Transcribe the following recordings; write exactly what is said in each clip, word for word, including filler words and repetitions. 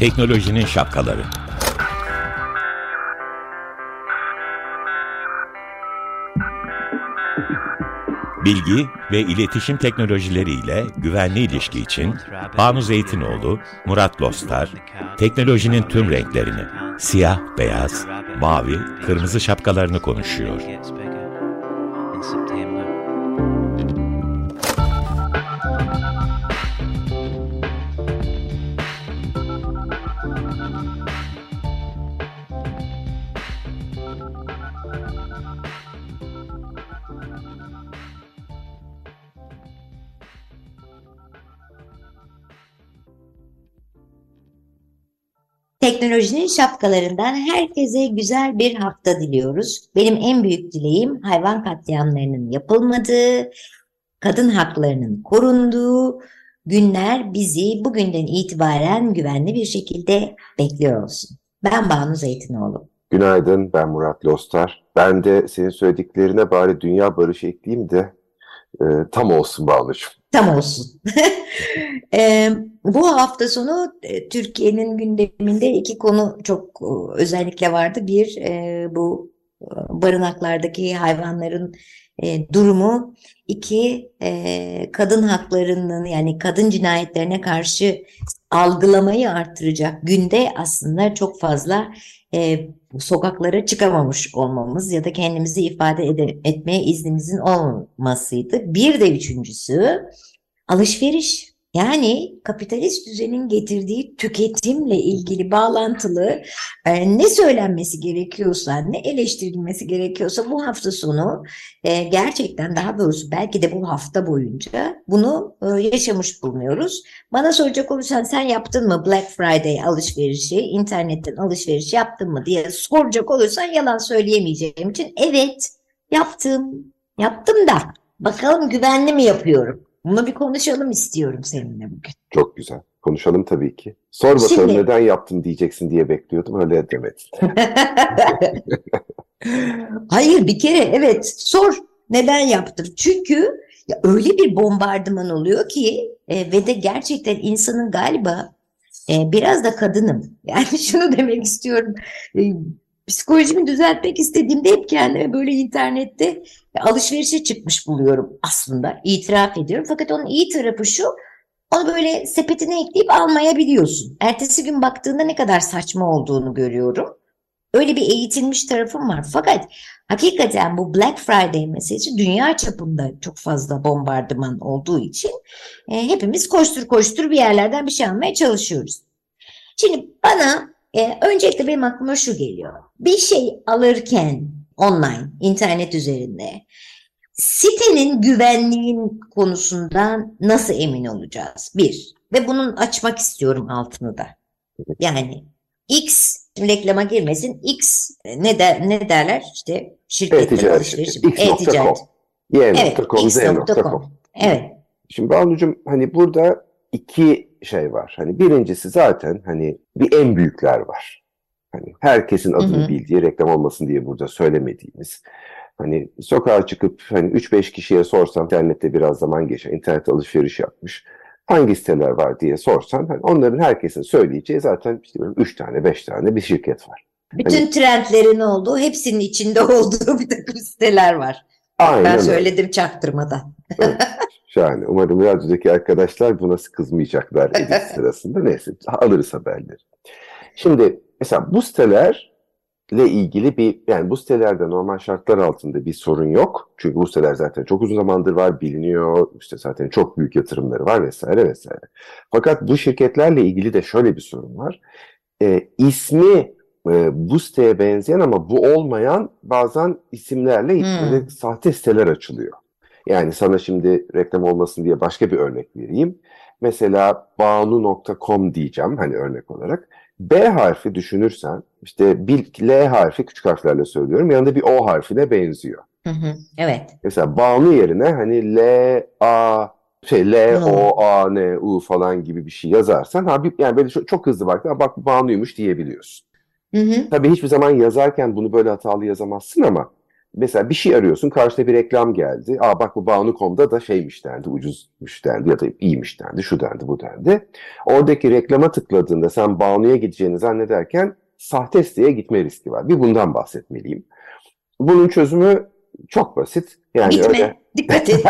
Teknolojinin şapkaları. Bilgi ve iletişim teknolojileriyle güvenli ilişki için Banu Zeytinoğlu, Murat Lostar, teknolojinin tüm renklerini, siyah, beyaz, mavi, kırmızı şapkalarını konuşuyor. Teknolojinin şapkalarından herkese güzel bir hafta diliyoruz. Benim en büyük dileğim hayvan katliamlarının yapılmadığı, kadın haklarının korunduğu günler bizi bugünden itibaren güvenli bir şekilde bekliyor olsun. Ben Banu Zeytinoğlu. Günaydın, ben Murat Lostar. Ben de senin söylediklerine bari dünya barışı ekleyeyim de e, tam olsun Banu'cum. Tam olsun. e, bu hafta sonu e, Türkiye'nin gündeminde iki konu çok e, özellikle vardı. Bir, e, bu e, barınaklardaki hayvanların e, durumu. İki, e, kadın haklarının yani kadın cinayetlerine karşı algılamayı artıracak günde aslında çok fazla e, sokaklara çıkamamış olmamız ya da kendimizi ifade ede- etmeye iznimizin olmasıydı. Bir de üçüncüsü alışveriş. Yani kapitalist düzenin getirdiği tüketimle ilgili bağlantılı e, ne söylenmesi gerekiyorsa, ne eleştirilmesi gerekiyorsa bu hafta sonu e, gerçekten daha doğrusu belki de bu hafta boyunca bunu e, yaşamış bulunuyoruz. Bana soracak olursan sen yaptın mı Black Friday alışverişi, internetten alışveriş yaptın mı diye soracak olursan yalan söyleyemeyeceğim için evet yaptım, yaptım da bakalım güvenli mi yapıyorum? Bunu bir konuşalım istiyorum seninle bugün. Çok güzel. Konuşalım tabii ki. Sor bakalım Şimdi, neden yaptın diyeceksin diye bekliyordum. Öyle demedin. hayır bir kere evet sor neden yaptım. Çünkü ya öyle bir bombardıman oluyor ki e, ve de gerçekten insanın galiba e, biraz da kadınım. Yani şunu demek istiyorum. E, psikolojimi düzeltmek istediğimde hep kendime böyle internette alışverişe çıkmış buluyorum aslında. İtiraf ediyorum. Fakat onun iyi tarafı şu. Onu böyle sepetine ekleyip almayabiliyorsun. Ertesi gün baktığında ne kadar saçma olduğunu görüyorum. Öyle bir eğitilmiş tarafım var. Fakat hakikaten bu Black Friday meselesi dünya çapında çok fazla bombardıman olduğu için e, hepimiz koştur koştur bir yerlerden bir şey almaya çalışıyoruz. Şimdi bana e, öncelikle benim aklıma şu geliyor. Bir şey alırken online, internet üzerinde sitenin güvenliğin konusundan nasıl emin olacağız? Bir. Ve bunun açmak istiyorum altını da. Yani X, reklama girmesin. X ne der, ne derler? İşte şirketler alışverişi. X.com, Y nokta com, evet, Z nokta com. Evet. Şimdi Banu'cum hani burada iki şey var. Hani birincisi zaten hani bir en büyükler var. Hani herkesin adını hı hı. bildiği, reklam olmasın diye burada söylemediğimiz. Hani sokağa çıkıp hani üç beş kişiye sorsam internette biraz zaman geçer, internet alışveriş yapmış. Hangi siteler var diye sorsan hani onların herkesin söyleyeceği zaten işte üç tane beş tane bir şirket var. Bütün hani, trendlerin olduğu, hepsinin içinde olduğu bir takım siteler var. Aynen ben söyledim öyle. Çaktırmadan. Evet, şahane. Umarım radyodaki arkadaşlar buna kızmayacaklar edit sırasında. Neyse alırız haberleri. Şimdi mesela bu siteler ile ilgili bir yani bu sitelerde normal şartlar altında bir sorun yok. Çünkü bu siteler zaten çok uzun zamandır var, biliniyor. İşte zaten çok büyük yatırımları var vesaire vesaire. Fakat bu şirketlerle ilgili de şöyle bir sorun var. E, ismi e, bu siteye benzeyen ama bu olmayan bazen isimlerle hmm. böyle sahte siteler açılıyor. Yani sana şimdi reklam olmasın diye başka bir örnek vereyim. Mesela banu nokta com diyeceğim hani örnek olarak. B harfi düşünürsen işte bir L harfi küçük harflerle söylüyorum yanında bir O harfine benziyor. Hı hı, evet. Mesela Banu yerine hani L A şey L O A N U falan gibi bir şey yazarsan ha bir, yani böyle çok, çok hızlı baktın bak Banu'ymuş diyebiliyorsun. Hı hı. Tabii hiçbir zaman yazarken bunu böyle hatalı yazamazsın ama mesela bir şey arıyorsun, karşıda bir reklam geldi. Aa bak bu Banu nokta com'da da şeymiş dendi, ucuzmuş dendi ya da iyiymiş dendi, şu dendi, bu dendi. Oradaki reklama tıkladığında sen Banu'ya gideceğini zannederken sahte siteye gitme riski var. Bir bundan bahsetmeliyim. Bunun çözümü çok basit. Yani Gitme, öyle... dikkat et.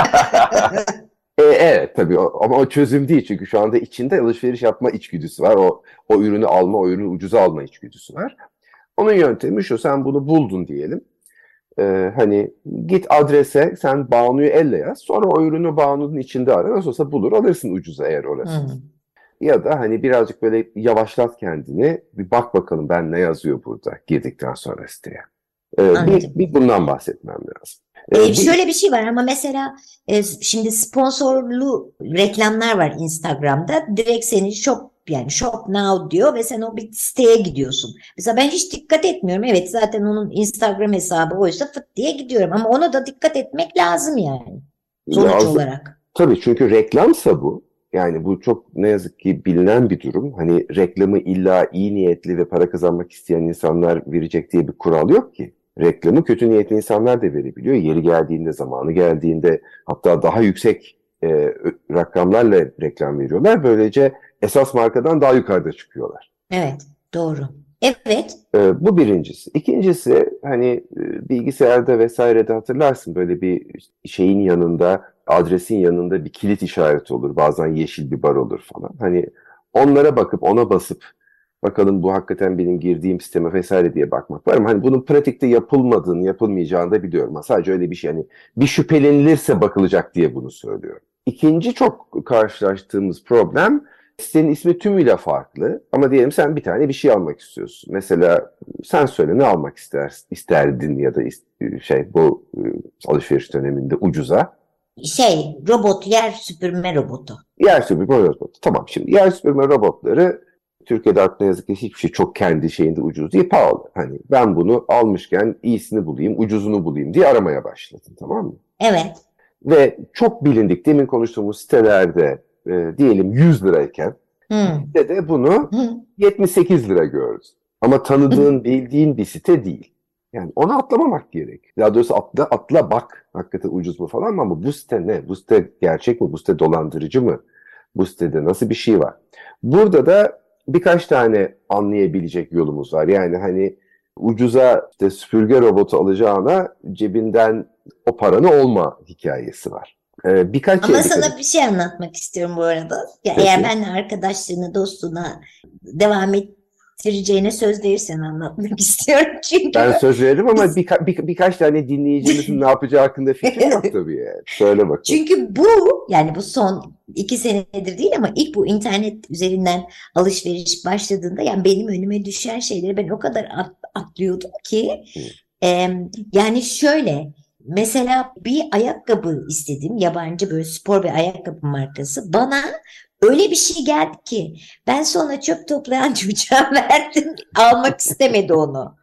E, evet tabii o, ama o çözüm değil çünkü şu anda içinde alışveriş yapma içgüdüsü var. O, o ürünü alma, o ürünü ucuza alma içgüdüsü var. Onun yöntemi şu, sen bunu buldun diyelim. Ee, hani git adrese sen Banu'yu elle yaz. Sonra o ürünü Banu'nun içinde ara. Nasıl olsa bulur alırsın ucuza eğer orası. Hmm. Ya da hani birazcık böyle yavaşlat kendini. Bir bak bakalım ben ne yazıyor burada girdikten sonra siteye. Ee, bir, bir bundan bahsetmem lazım. Ee, Ee, bir, şöyle bir şey var ama mesela e, şimdi sponsorlu reklamlar var Instagram'da. Direkt seni shop yani shop now diyor ve sen o bir siteye gidiyorsun. Mesela ben hiç dikkat etmiyorum. Evet zaten onun Instagram hesabı oysa fıt diye gidiyorum ama ona da dikkat etmek lazım yani sonuç lazım. olarak. Tabii çünkü reklamsa bu. Yani bu çok ne yazık ki bilinen bir durum. Hani reklamı illa iyi niyetli ve para kazanmak isteyen insanlar verecek diye bir kural yok ki. Reklamı kötü niyetli insanlar da verebiliyor. Yeri geldiğinde, zamanı geldiğinde hatta daha yüksek e, rakamlarla reklam veriyorlar. Böylece esas markadan daha yukarıda çıkıyorlar. Evet, doğru. Evet. E, bu birincisi. İkincisi hani e, bilgisayarda vesairede hatırlarsın böyle bir şeyin yanında, adresin yanında bir kilit işareti olur. Bazen yeşil bir bar olur falan. Hani onlara bakıp ona basıp bakalım bu hakikaten benim girdiğim sisteme vesaire diye bakmak var ama hani bunun pratikte yapılmadığını, yapılmayacağını da biliyorum. Sadece öyle bir şey hani bir şüphelenilirse bakılacak diye bunu söylüyorum. İkinci çok karşılaştığımız problem sitenin ismi tümüyle farklı ama diyelim sen bir tane bir şey almak istiyorsun. Mesela sen söyle ne almak ister, isterdin ya da şey bu alışveriş döneminde ucuza? Şey robot yer süpürme robotu. Yer süpürme robotu. Tamam şimdi yer süpürme robotları Türkiye'de artık ne yazık ki hiçbir şey çok kendi şeyinde ucuz değil, pahalı. Hani ben bunu almışken iyisini bulayım, ucuzunu bulayım diye aramaya başladım, tamam mı? Evet. Ve çok bilindik, demin konuştuğumuz sitelerde e, diyelim yüz lirayken Hmm. de de bunu Hmm. yetmiş sekiz lira gördüm. Ama tanıdığın, bildiğin bir site değil. Yani onu atlamamak gerek. Daha doğrusu atla, atla bak hakikaten ucuz mu falan ama bu site ne? Bu site gerçek mi? Bu site dolandırıcı mı? Bu sitede nasıl bir şey var? Burada da birkaç tane anlayabilecek yolumuz var. Yani hani ucuza işte süpürge robotu alacağına cebinden o paranı olma hikayesi var. Ee, birkaç Ama şey sana bir şey anlatmak istiyorum bu arada. Ya Peki. eğer benle arkadaşlığını, dostluğuna devam ettireceğine söz verirsen anlatmak istiyorum. Çünkü Ben söz veririm ama birka- bir, birkaç tane dinleyicimizin ne yapacağı hakkında fikrim yok tabii yani. Söyle bakalım. Çünkü bu yani bu son iki senedir değil ama ilk bu internet üzerinden alışveriş başladığında yani benim önüme düşen şeyleri ben o kadar at, atlıyordum ki e, yani şöyle mesela bir ayakkabı istedim, yabancı böyle spor bir ayakkabı markası, bana öyle bir şey geldi ki ben sonra çöp toplayan çocuğa verdim, almak istemedi onu.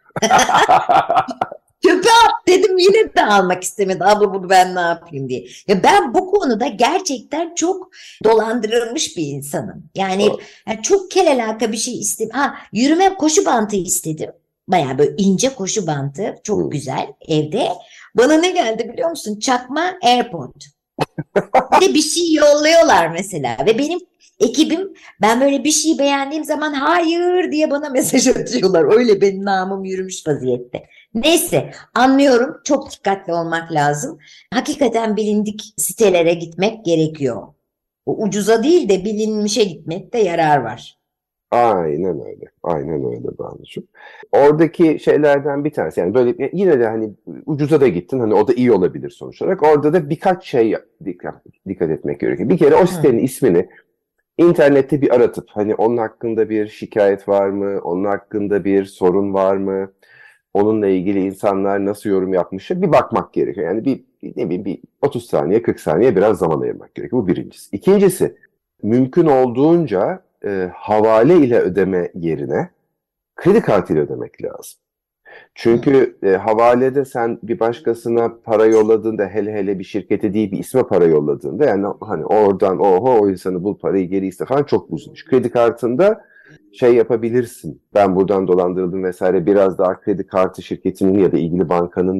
Çöpe at dedim, yine de almak istemedi. Abla bunu ben ne yapayım diye. Ya ben bu konuda gerçekten çok dolandırılmış bir insanım. Yani, yani çok kelelaka bir şey istedim. Ha, yürüme koşu bantı istedim. Bayağı böyle ince koşu bantı. Çok güzel evde. Bana ne geldi biliyor musun? Çakma AirPod. Bir de bir şey yolluyorlar mesela. Ve benim ekibim, ben böyle bir şey beğendiğim zaman hayır diye bana mesaj atıyorlar. Öyle benim namım yürümüş vaziyette. Neyse, anlıyorum, çok dikkatli olmak lazım. Hakikaten bilindik sitelere gitmek gerekiyor. O ucuza değil de bilinmişe gitmekte yarar var. Aynen öyle. Aynen öyle Banu'cum. Oradaki şeylerden bir tanesi yani böyle yine de hani ucuza da gittin hani o da iyi olabilir sonuç olarak. Orada da birkaç şey dikkat, dikkat etmek gerekiyor. Bir kere o sitenin Hı. ismini internette bir aratıp hani onun hakkında bir şikayet var mı? Onun hakkında bir sorun var mı? Onunla ilgili insanlar nasıl yorum yapmışlar bir bakmak gerekiyor. Yani bir ne bileyim bir otuz saniye kırk saniye biraz zaman ayırmak gerekiyor. Bu birincisi. İkincisi mümkün olduğunca e, havale ile ödeme yerine kredi kartıyla ödemek lazım. Çünkü e, havalede sen bir başkasına para yolladığında hele hele bir şirkete değil bir isme para yolladığında yani hani oradan oho o insanı bul parayı geri iste falan çok uzun iş. Kredi kartında şey yapabilirsin. Ben buradan dolandırıldım vesaire biraz daha kredi kartı şirketinin ya da ilgili bankanın bir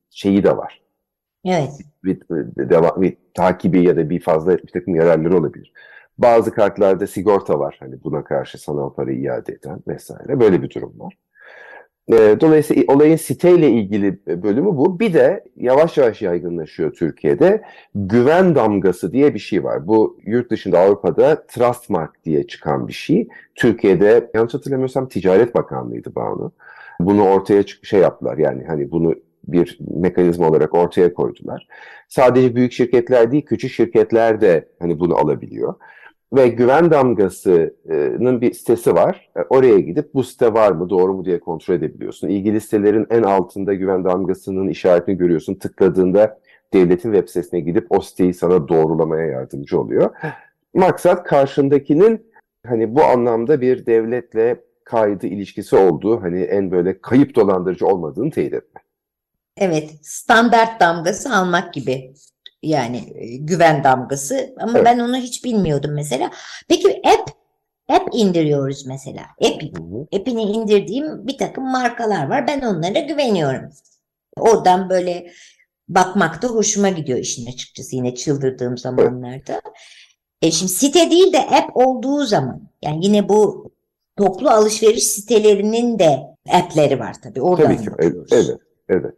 şeyi de var. Evet. Bir, bir, devam, bir takibi ya da bir fazla bir takım yararları olabilir. Bazı kartlarda sigorta var. Hani buna karşı sana o parayı iade eden vesaire. Böyle bir durum var. Dolayısıyla olayın siteyle ilgili bölümü bu. Bir de yavaş yavaş yaygınlaşıyor Türkiye'de. Güven damgası diye bir şey var. Bu yurt dışında Avrupa'da Trustmark diye çıkan bir şey. Türkiye'de yanlış hatırlamıyorsam Ticaret Bakanlığı'ydı Banu. Bunu ortaya şey yaptılar. Yani hani bunu bir mekanizma olarak ortaya koydular. Sadece büyük şirketler değil, küçük şirketler de hani bunu alabiliyor. Ve güven damgasının bir sitesi var. Oraya gidip bu site var mı, doğru mu diye kontrol edebiliyorsun. İlgili sitelerin en altında güven damgasının işaretini görüyorsun. Tıkladığında devletin web sitesine gidip o siteyi sana doğrulamaya yardımcı oluyor. Maksat karşındakinin hani bu anlamda bir devletle kaydı ilişkisi olduğu, hani en böyle kayıp dolandırıcı olmadığını teyit etmek. Evet, standart damgası almak gibi. Yani e, güven damgası ama Evet. ben onu hiç bilmiyordum mesela. Peki app, app indiriyoruz mesela. App, app'ini indirdiğim bir takım markalar var. Ben onlara güveniyorum. Oradan böyle bakmak da hoşuma gidiyor işin açıkçası yine çıldırdığım zamanlarda. E şimdi site değil de app olduğu zaman yani yine bu toplu alışveriş sitelerinin de app'leri var tabii. Oradan Tabii ki. Evet, bakıyoruz. evet, evet.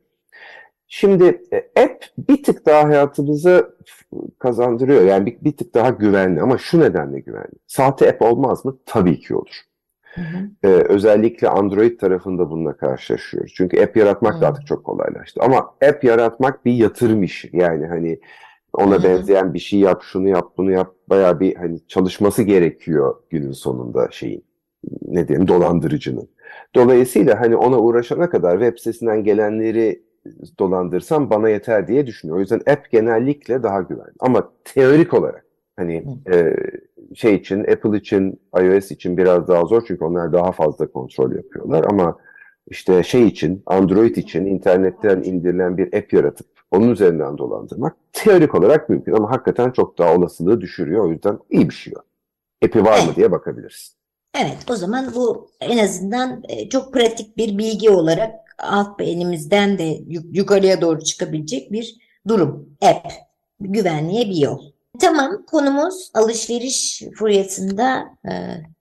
Şimdi app bir tık daha hayatımızı kazandırıyor. Yani bir, bir tık daha güvenli ama şu nedenle güvenli. Sahte app olmaz mı? Tabii ki olur. Hı hı. Ee, özellikle Android tarafında bununla karşılaşıyoruz. Çünkü app yaratmak Hı. da artık çok kolaylaştı. Ama app yaratmak bir yatırım işi. Yani hani ona Hı. benzeyen bir şey yap, şunu yap, bunu yap. Bayağı bir hani çalışması gerekiyor günün sonunda şeyin. Ne diyelim, dolandırıcının. Dolayısıyla hani ona uğraşana kadar web sitesinden gelenleri dolandırsam bana yeter diye düşünüyor. O yüzden app genellikle daha güvenli. Ama teorik olarak hani e, şey için, Apple için, iOS için biraz daha zor çünkü onlar daha fazla kontrol yapıyorlar. Ama işte şey için, Android için internetten indirilen bir app yaratıp onun üzerinden dolandırmak teorik olarak mümkün. Ama hakikaten çok daha olasılığı düşürüyor. O yüzden iyi bir şey o. App'i var Evet. mı diye bakabilirsin. Evet, o zaman bu en azından e, çok pratik bir bilgi olarak alt beynimizden de yuk- yukarıya doğru çıkabilecek bir durum. App, güvenliğe bir yol. Tamam, konumuz alışveriş furyasında e,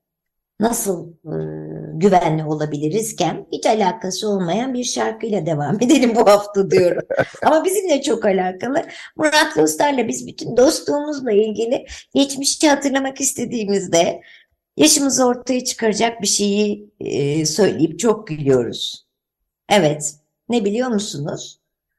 nasıl e, güvenli olabilirizken hiç alakası olmayan bir şarkıyla devam edelim bu hafta diyorum. Ama bizimle çok alakalı. Murat Lostar'la biz bütün dostluğumuzla ilgili geçmişi hatırlamak istediğimizde yaşımızı ortaya çıkaracak bir şeyi e, söyleyip çok gülüyoruz. Evet, ne biliyor musunuz?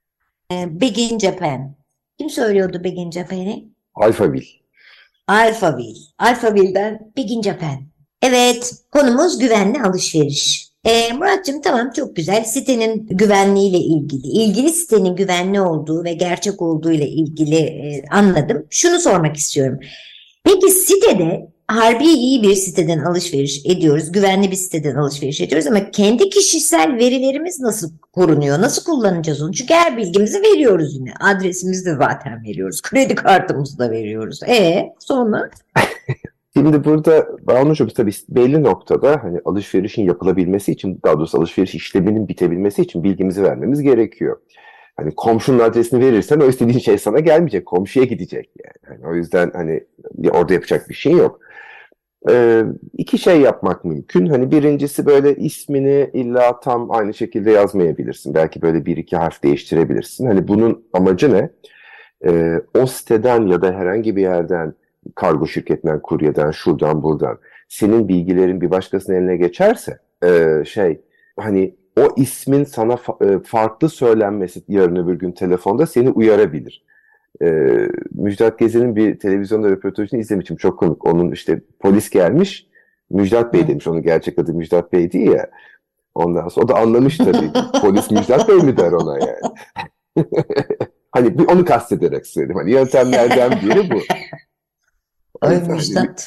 E, Big in Japan. Kim söylüyordu Big in Japan'i? Alphaville. Alphaville. Alphaville'den Big in Japan. Evet, konumuz güvenli alışveriş. E, Muratcığım tamam çok güzel. Sitenin güvenliğiyle ilgili, ilgili sitenin güvenli olduğu ve gerçek olduğu ile ilgili e, anladım. Şunu sormak istiyorum. Peki sitede harbi iyi bir siteden alışveriş ediyoruz, güvenli bir siteden alışveriş ediyoruz ama kendi kişisel verilerimiz nasıl korunuyor? Nasıl kullanacağız onu? Çünkü her bilgimizi veriyoruz yine. Adresimizi de zaten veriyoruz. Kredi kartımızı da veriyoruz. E sonra? Şimdi burada Banu'cum tabii belli noktada hani alışverişin yapılabilmesi için, daha doğrusu alışveriş işleminin bitebilmesi için bilgimizi vermemiz gerekiyor. Hani komşunun adresini verirsen o istediğin şey sana gelmeyecek. Komşuya gidecek yani. Yani o yüzden hani orada yapacak bir şey yok. Ee, iki şey yapmak mümkün. Hani birincisi böyle ismini illa tam aynı şekilde yazmayabilirsin. Belki böyle bir iki harf değiştirebilirsin. Hani bunun amacı ne? Ee, o siteden ya da herhangi bir yerden, kargo şirketinden, kuryeden, şuradan buradan senin bilgilerin bir başkasının eline geçerse e, şey hani o ismin sana fa- e, farklı söylenmesi yarın öbür gün telefonda seni uyarabilir. E, Müjdat Gezen'in bir televizyonda röportajını izlemiştim. Çok komik. Onun işte polis gelmiş. Müjdat Bey Hı. demiş. Onun gerçek adı Müjdat Bey değil ya. Ondan sonra o da anlamış tabii. Polis Müjdat Bey mi der ona yani. Hani bir onu kastederek söyledim. Hani yöntemlerden biri bu. O Ay yüzden hani- Müjdat.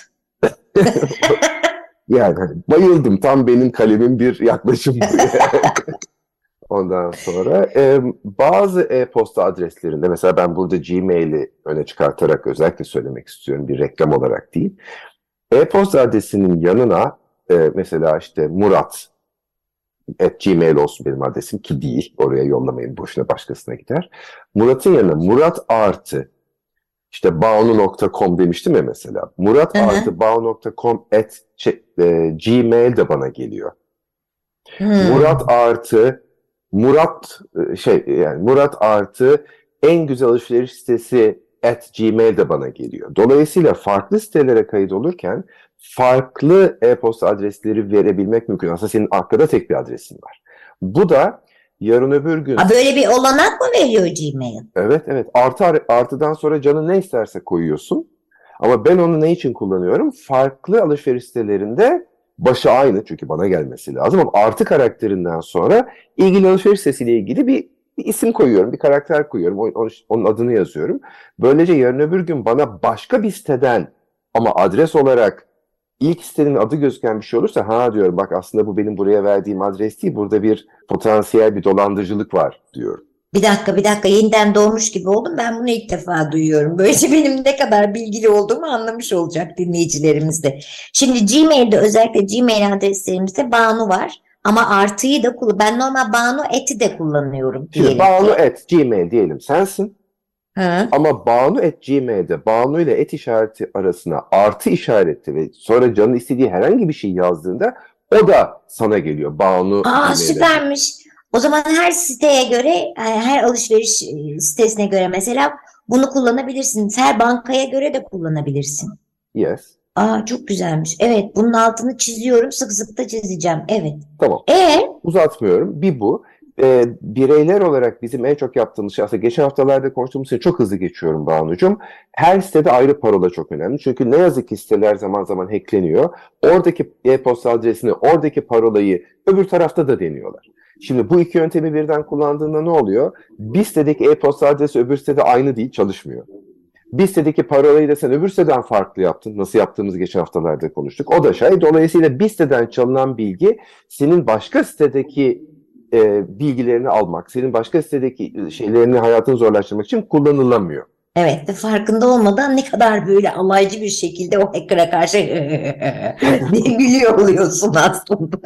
Yani hani bayıldım. Tam benim kalemin bir yaklaşım bu yani. Ondan sonra e, bazı e-posta adreslerinde mesela ben burada Gmail'i öne çıkartarak özellikle söylemek istiyorum, bir reklam olarak değil. E-posta adresinin yanına e, mesela işte Murat at gmail olsun benim adresim ki değil. Oraya yollamayın boşuna başkasına gider. Murat'ın yanına Murat artı işte banu nokta com demiştim ya mesela. Murat Hı hı. artı banu nokta com at şey, e, gmail de bana geliyor. Hmm. Murat artı Murat e, şey yani Murat artı en güzel alışveriş sitesi at gmail de bana geliyor. Dolayısıyla farklı sitelere kayıt olurken farklı e-posta adresleri verebilmek mümkün. Aslında senin arkada tek bir adresin var. Bu da yarın öbür gün... Ha, böyle bir olanak mı veriyor Gmail? Evet evet. Artı, artıdan sonra canın ne isterse koyuyorsun. Ama ben onu ne için kullanıyorum? Farklı alışveriş sitelerinde başı aynı çünkü bana gelmesi lazım ama artı karakterinden sonra ilgili alışveriş sitesiyle ilgili bir, bir isim koyuyorum, bir karakter koyuyorum, onun, onun adını yazıyorum. Böylece yarın öbür gün bana başka bir siteden ama adres olarak ilk sitenin adı gözüken bir şey olursa ha diyorum bak aslında bu benim buraya verdiğim adres değil, burada bir potansiyel bir dolandırıcılık var diyorum. Bir dakika bir dakika yeniden doğmuş gibi oldum. Ben bunu ilk defa duyuyorum. Böylece benim ne kadar bilgili olduğumu anlamış olacak dinleyicilerimiz de. Şimdi Gmail'de özellikle Gmail adreslerimizde Banu var. Ama artıyı da kullan. Ben normal Banu eti de kullanıyorum. Şimdi Banu et Gmail diyelim sensin. Hı. Ama Banu et Gmail'de Banu ile et işareti arasına artı işareti ve sonra canın istediği herhangi bir şey yazdığında o da sana geliyor. Banu Aa Gmail'e. süpermiş. O zaman her siteye göre, her alışveriş sitesine göre mesela bunu kullanabilirsin. Her bankaya göre de kullanabilirsin. Yes. Aa çok güzelmiş. Evet, bunun altını çiziyorum. Sık sık da çizeceğim. Evet. Tamam. E Uzatmıyorum. Bir bu. Ee, bireyler olarak bizim en çok yaptığımız şey aslında geçen haftalarda konuştuğumuz için çok hızlı geçiyorum Banucuğum. Her sitede ayrı parola çok önemli. Çünkü ne yazık ki siteler zaman zaman hackleniyor. Oradaki e-posta adresini, oradaki parolayı öbür tarafta da deniyorlar. Şimdi bu iki yöntemi birden kullandığında ne oluyor? Bir sitedeki e-posta adresi öbür sitede aynı değil, çalışmıyor. Bir sitedeki parolayı da sen öbür siteden farklı yaptın. Nasıl yaptığımızı geçen haftalarda konuştuk. O da şey. Dolayısıyla bir siteden çalınan bilgi senin başka sitedeki e, bilgilerini almak, senin başka sitedeki şeylerini hayatını zorlaştırmak için kullanılamıyor. evet, farkında olmadan ne kadar böyle alaycı bir şekilde o hacker'a karşı diye gülüyor oluyorsun aslında.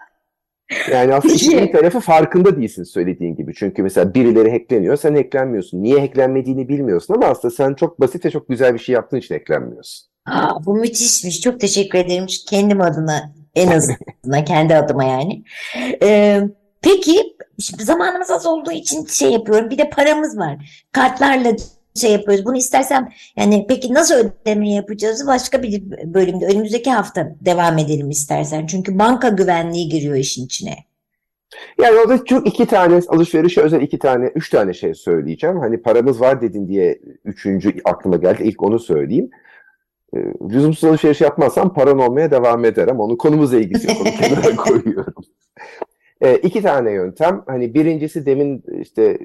Yani aslında işin bir tarafı farkında değilsin söylediğin gibi. Çünkü mesela birileri hackleniyor, sen hacklenmiyorsun. Niye hacklenmediğini bilmiyorsun ama aslında sen çok basit ve çok güzel bir şey yaptığın için hacklenmiyorsun. Aa, bu müthişmiş. Çok teşekkür ederim. Kendim adına, en azından kendi adıma yani. Ee, peki şimdi zamanımız az olduğu için şey yapıyorum. Bir de paramız var. Kartlarla şey yapıyoruz. Bunu istersem yani peki nasıl ödeme yapacağız? Başka bir bölümde önümüzdeki hafta devam edelim istersen. Çünkü banka güvenliği giriyor işin içine. Yani orada çok iki tane alışverişe özel iki tane, üç tane şey söyleyeceğim. Hani paramız var dedin diye üçüncü aklıma geldi. İlk onu söyleyeyim. E, lüzumsuz alışveriş yapmazsan paran olmaya devam eder ama onun konumuzla ilgisi yok. Onu kenara koyuyorum. E, iki tane yöntem. Hani birincisi demin işte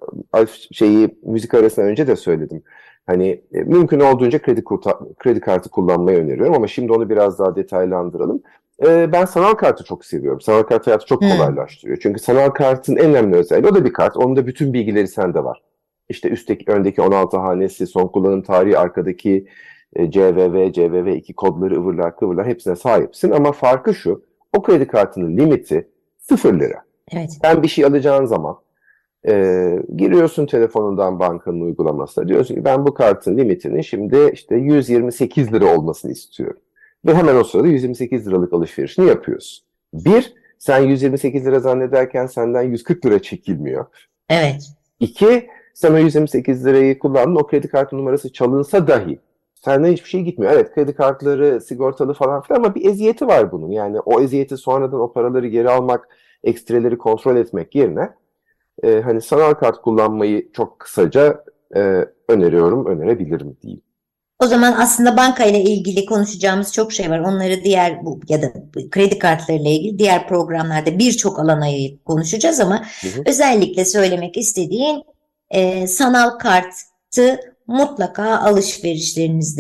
şeyi müzik arasından önce de söyledim. Hani e, mümkün olduğunca kredi, kurta, kredi kartı kullanmayı öneriyorum ama şimdi onu biraz daha detaylandıralım. E, ben sanal kartı çok seviyorum. Sanal kart hayatı çok kolaylaştırıyor. Çünkü sanal kartın en önemli özelliği o da bir kart. Onun da bütün bilgileri sende var. İşte üstteki, öndeki on altı hanesi, son kullanım tarihi, arkadaki e, C V V, C V V iki kodları, ıvırlar kıvırlar hepsine sahipsin. Ama farkı şu, o kredi kartının limiti sıfır lira. Evet. Sen bir şey alacağın zaman e, giriyorsun telefonundan bankanın uygulamasına. Diyorsun ki ben bu kartın limitinin şimdi işte yüz yirmi sekiz lira olmasını istiyorum. Ve hemen o sırada yüz yirmi sekiz liralık alışverişini yapıyorsun. Bir, sen yüz yirmi sekiz lira zannederken senden yüz kırk lira çekilmiyor. Evet. İki, sen o yüz yirmi sekiz lirayı kullandın, o kredi kartı numarası çalınsa dahi senden hiçbir şey gitmiyor. Evet, kredi kartları sigortalı falan filan ama bir eziyeti var bunun. Yani o eziyeti sonradan o paraları geri almak, ekstreleri kontrol etmek yerine e, hani sanal kart kullanmayı çok kısaca e, öneriyorum, önerebilirim diyeyim. O zaman aslında bankayla ilgili konuşacağımız çok şey var. Onları diğer bu ya da kredi kartlarıyla ilgili diğer programlarda birçok alana ayırıp konuşacağız ama hı hı. özellikle söylemek istediğin e, sanal kartı mutlaka alışverişlerinizde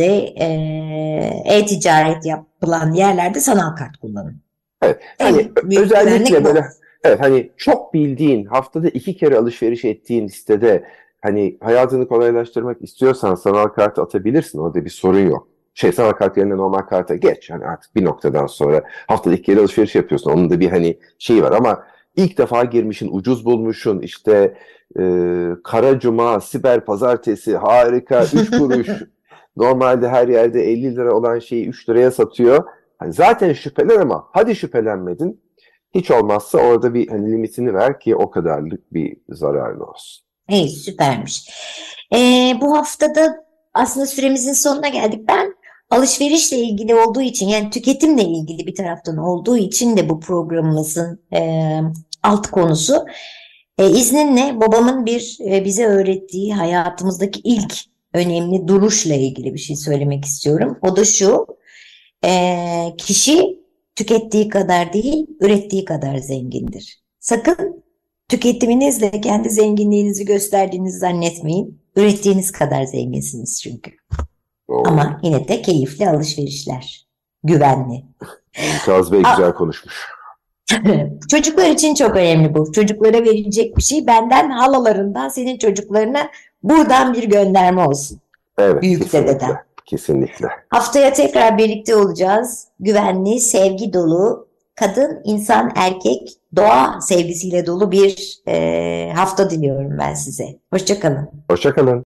e-ticaret yapılan yerlerde sanal kart kullanın. Evet. Hani özellikle böyle evet hani çok bildiğin haftada iki kere alışveriş ettiğin sitede hani hayatını kolaylaştırmak istiyorsan sanal kartı atabilirsin. Orada bir sorun yok. şey sanal kart yerine normal karta geç. Yani artık bir noktadan sonra haftada iki kere alışveriş yapıyorsun. Onun da bir hani şeyi var ama ilk defa girmişsin, ucuz bulmuşsun, işte e, Kara Cuma, Siber Pazartesi, harika, üç kuruş. Normalde her yerde elli lira olan şeyi üç liraya satıyor. Hani zaten şüphelen ama hadi şüphelenmedin. Hiç olmazsa orada bir hani limitini ver ki o kadarlık bir zararlı olsun. Hey, süpermiş. Ee, bu haftada aslında süremizin sonuna geldik. Ben alışverişle ilgili olduğu için, yani tüketimle ilgili bir taraftan olduğu için de bu programımızın e, alt konusu. E, izninle babamın bir e, bize öğrettiği hayatımızdaki ilk önemli duruşla ilgili bir şey söylemek istiyorum. O da şu: e, kişi tükettiği kadar değil, ürettiği kadar zengindir. Sakın tüketiminizle kendi zenginliğinizi gösterdiğinizi zannetmeyin. Ürettiğiniz kadar zenginsiniz çünkü. Oo. Ama yine de keyifli alışverişler. Güvenli. Kaz Bey güzel konuşmuş. Çocuklar için çok önemli bu. Çocuklara verilecek bir şey. Benden, halalarından senin çocuklarına buradan bir gönderme olsun. Evet, Büyük kesinlikle. dededen. Kesinlikle. Haftaya tekrar birlikte olacağız. Güvenli, sevgi dolu, kadın, insan, erkek, doğa sevgisiyle dolu bir e, hafta diliyorum ben size. Hoşça kalın. Hoşça kalın.